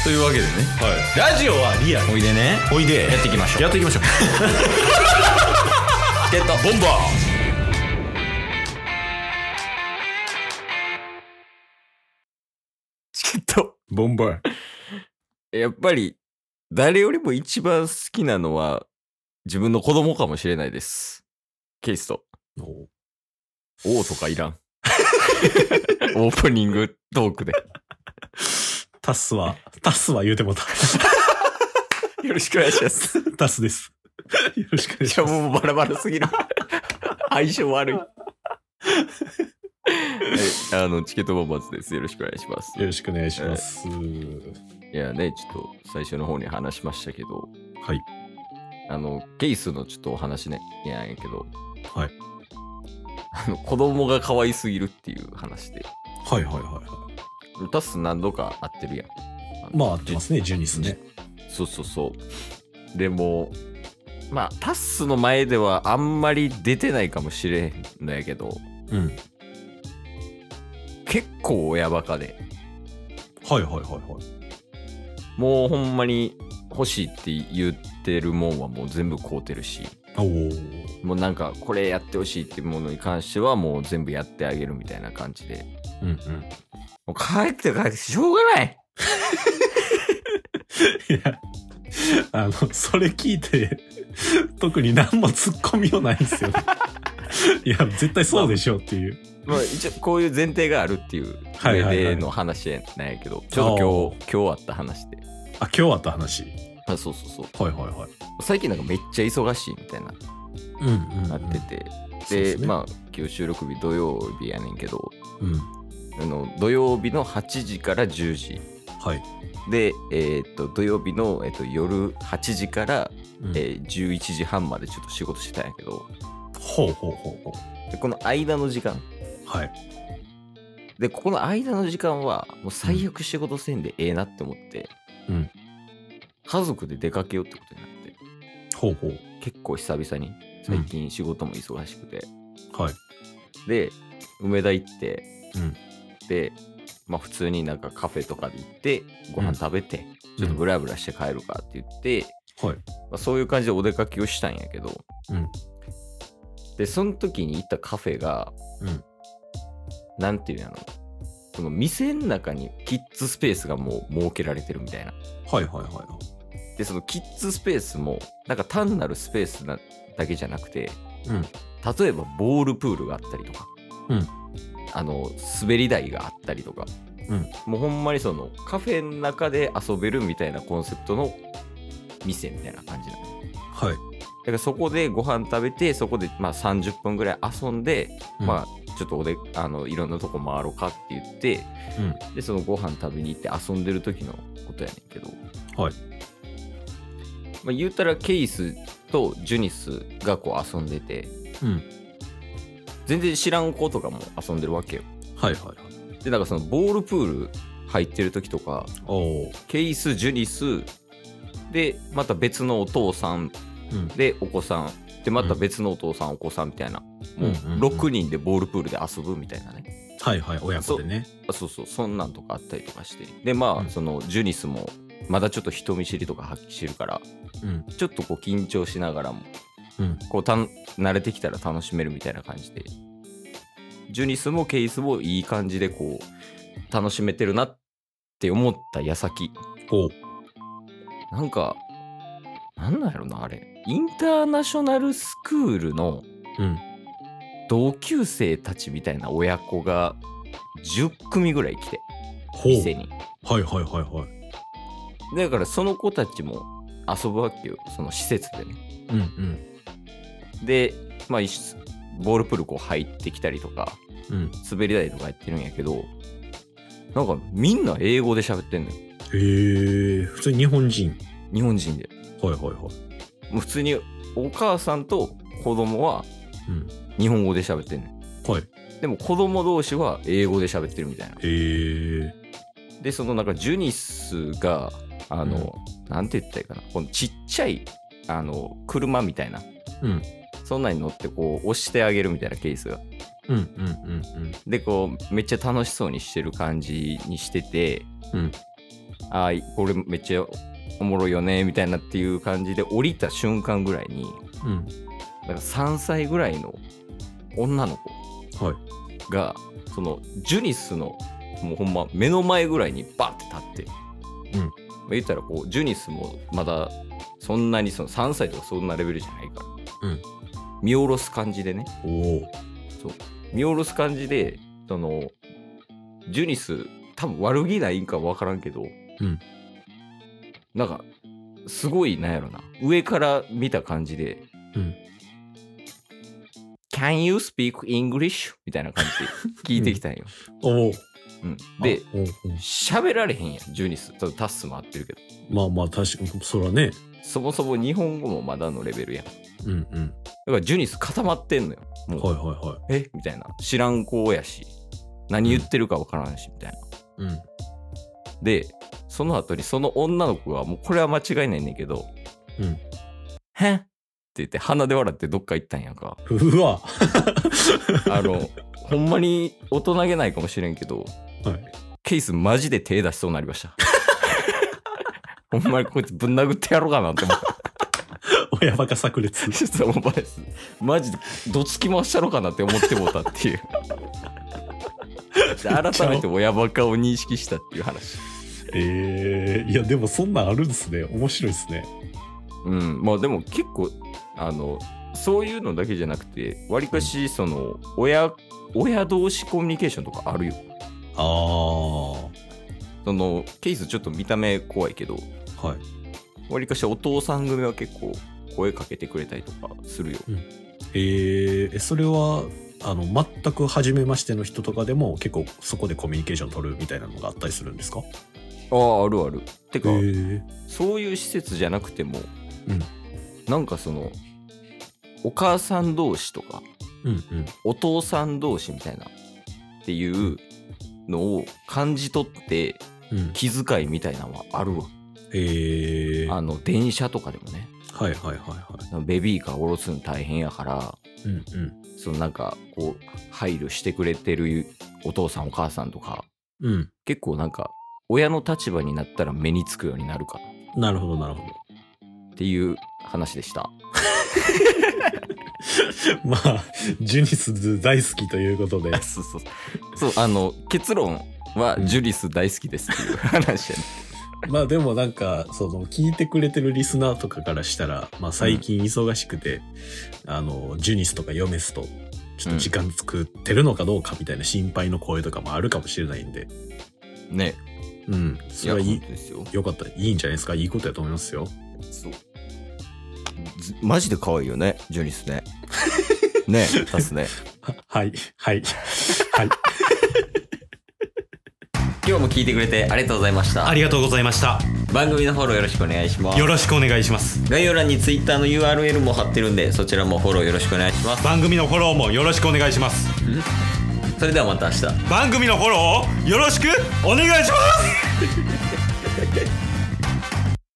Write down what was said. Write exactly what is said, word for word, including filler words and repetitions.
というわけでね、 はい、ラジオはリアル。 おいでね、 おいでやっていきましょう。 やっていきましょう。 チケットボンバー。チケットボンバー。 やっぱり誰よりも一番好きなのは自分の子供かもしれないです。ケイスト。おおとかいらん。オープニングトークで。 タスは、タスは言うてもた。 よろしくお願いします。 タスです。よろしくお願いします。 いやもうバラバラすぎる。相性悪い。はい、あのチケットボンバーズです。よろしくお願いします。 よろしくお願いします。 いやね、ちょっと最初の方に話しましたけど、 はい。 あのケースのちょっとお話ね、いやんやけど、 はい。 あの子供が可愛すぎるっていう話で、 はいはいはいはい。 タス何度か会ってるやん。 まあ会ってますね、ジュニスね。 そうそうそう。でもまあタスの前ではあんまり出てないかもしれんのやけど、 うん。 結構親バカで、 はいはいはいはい。 もうほんまに欲しいって言ってるもんはもう全部買うてるし、 おお。 もうなんかこれやってほしいっていうものに関してはもう全部やってあげるみたいな感じで、 うんうん。 もう帰って帰ってしょうがない。 いや、あの、それ聞いて、特に何も突っ込みようないんですよ。いや、絶対そうでしょうっていう。 まあ一応こういう前提があるっていう上での話なんやけど、ちょっと今日、今日あった話で。 あ、今日あった話。 あ、そうそうそう。 はいはいはい。 最近なんかめっちゃ忙しいみたいな、 うんうんうん、 なってて。で、 ね、 まあ今日収録日土曜日やねんけど、 うん、 あの土曜日のはちじからじゅうじ。 はい。で、 えー、っと土曜日の、えー、っと夜はちじから、 うんえー、じゅういちじはんまでちょっと仕事してたんやけど、 ほうほうほうほう。でこの間の時間。 はい。 でここの間の時間はもう最悪仕事せんでええなって思って、 うん、 家族で出かけようってことになって。 ほうほう。 結構久々に最近仕事も忙しくて、 うん、はい。 で梅田行って、 うん、 でまあ普通になんかカフェとかで行ってご飯食べて、うん、ちょっとブラブラして帰るかって言って、 はい。 まあ、そういう感じでお出かけをしたんやけど、 うん、 でその時に行ったカフェが、うん、なんていうの、この店の中にキッズスペースがもう設けられてるみたいな。 はいはいはいはい。 でそのキッズスペースもなんか単なるスペースなだけじゃなくて、うん、例えばボールプールがあったりとか、うん、あの滑り台があったりとか、うん、もうほんまにそのカフェの中で遊べるみたいなコンセプトの店みたいな感じなの。 はい。 だからそこでご飯食べて、そこでまあさんじゅっぷんぐらい遊んで、うん、まあちょっとおであのいろんなとこ回ろうかって言って、うん、でそのご飯食べに行って遊んでる時のことやねんけど、はい。まあ、言うたらケイスとジュニスがこう遊んでて、うん、全然知らん子とかも遊んでるわけよ。 はいはいはい。 でなんかそのボールプール入ってる時とか、ケイスジュニスでまた別のお父さん、うん、でお子さんでまた別のお父さん、うん、お子さんみたいな、もうろくにんでボールプールで遊ぶみたいなね。 はいはい、親子でね。 そ, そうそうそんなんとかあったりとかして、でまあ、うん、そのジュニスもまだちょっと人見知りとか発揮してるから、うん、ちょっとこう緊張しながらも、うん、こうた慣れてきたら楽しめるみたいな感じで、ジュニスもケイスもいい感じでこう楽しめてるなって思った矢先、おなんかなんなんやろな、あれインターナショナルスクールの同級生たちみたいな親子がじゅっくみぐらい来て、店に。 はいはいはいはい。 だからその子たちも遊ぶわけよ、その施設でね。うんうん。で、まあボールプールこう入ってきたりとか、うん、滑り台とかやってるんやけど、なんかみんな英語で喋ってんのよ。 へえ、普通に日本人。 日本人で。 はいはいはい。 もう普通にお母さんと子供は日本語で喋ってんのよ。はい。でも子供同士は英語で喋ってるみたいな。へえ。でそのなんかジュニスがあの、うん、なんて言ったらいいかな、このちっちゃいあの車みたいな、うん、そんなに乗ってこう押してあげるみたいなケースが、うんうんうんうん、でこうめっちゃ楽しそうにしてる感じにしてて、うん、 あこれめっちゃおもろいよねみたいなっていう感じで降りた瞬間ぐらいに、うん、なんかさんさいぐらいの女の子が、はい、そのジュニスのもうほんま目の前ぐらいにバッて立って、うん、言ったらこうジュニスもまだそんなにそのさんさいとかそんなレベルじゃないから、うん、見下ろす感じでね、おそう見下ろす感じでそのジュニス多分悪気ないんか分からんけど、うん、なんかすごいなんやろな上から見た感じで、うん、Can you speak English? みたいな感じで聞いてきたんよ。うん、おうん、で喋られへんやんジュニスタッスも合ってるけどまあまあ確かにそらねそもそも日本語もまだのレベルやん、うんうん、だからジュニス固まってんのよもう、はいはいはい、えみたいな知らん子やし何言ってるか分からんし、うん、みたいな、うん、でその後にその女の子がもうこれは間違いないねんけど、うん、へんって言って鼻で笑ってどっか行ったんやんかうわあのほんまに大人げないかもしれんけど、はい、ケースマジで手出しそうになりましたほんまにこいつぶん殴ってやろうかなって思った親バカ炸裂ちょっとマジでどつき回したろうかなって思ってもうたっていう改めて親バカを認識したっていう話えー、いやでもそんなんあるんですね面白いですねうんまあでも結構あのそういうのだけじゃなくてわりかしその親親同士コミュニケーションとかあるよああそのケースちょっと見た目怖いけどはいわりかしお父さん組は結構声かけてくれたりとかするよ、うん、 えー、それはあの全く初めましての人とかでも結構そこでコミュニケーション取るみたいなのがあったりするんですか？ あああるあるてか、えー、そういう施設じゃなくても、うん、なんかそのお母さん同士とか、うんうん、お父さん同士みたいなっていうのを感じ取って気遣いみたいなのはあるわ、へーあの電車とかでもねはいはいはいはいベビーカー下ろすの大変やから、うんうん、そのなんかこう配慮してくれてるお父さんお母さんとか、うん、結構なんか親の立場になったら目につくようになるかな。なるほどなるほどっていう話でしたまあジュニス大好きということでそうそうそうあの結論はジュニス大好きですっていう話やね、 うん、まあでもなんかその聞いてくれてるリスナーとかからしたら、まあ、最近忙しくて、うん、あのジュニスとかヨメスとちょっと時間作ってるのかどうかみたいな心配の声とかもあるかもしれないんでねうんそれはいいですよよかったいいんじゃないですかいいことやと思いますよそうマジで可愛いよねジュニスねねえタスねはいはいはい今日も聞いてくれてありがとうございました。 ありがとうございました。 番組のフォローよろしくお願いします。 よろしくお願いします。 概要欄に Twitter の ユーアールエル も貼ってるんでそちらもフォローよろしくお願いします。 番組のフォローもよろしくお願いしますそれではまた明日番組のフォローをよろしくお願いします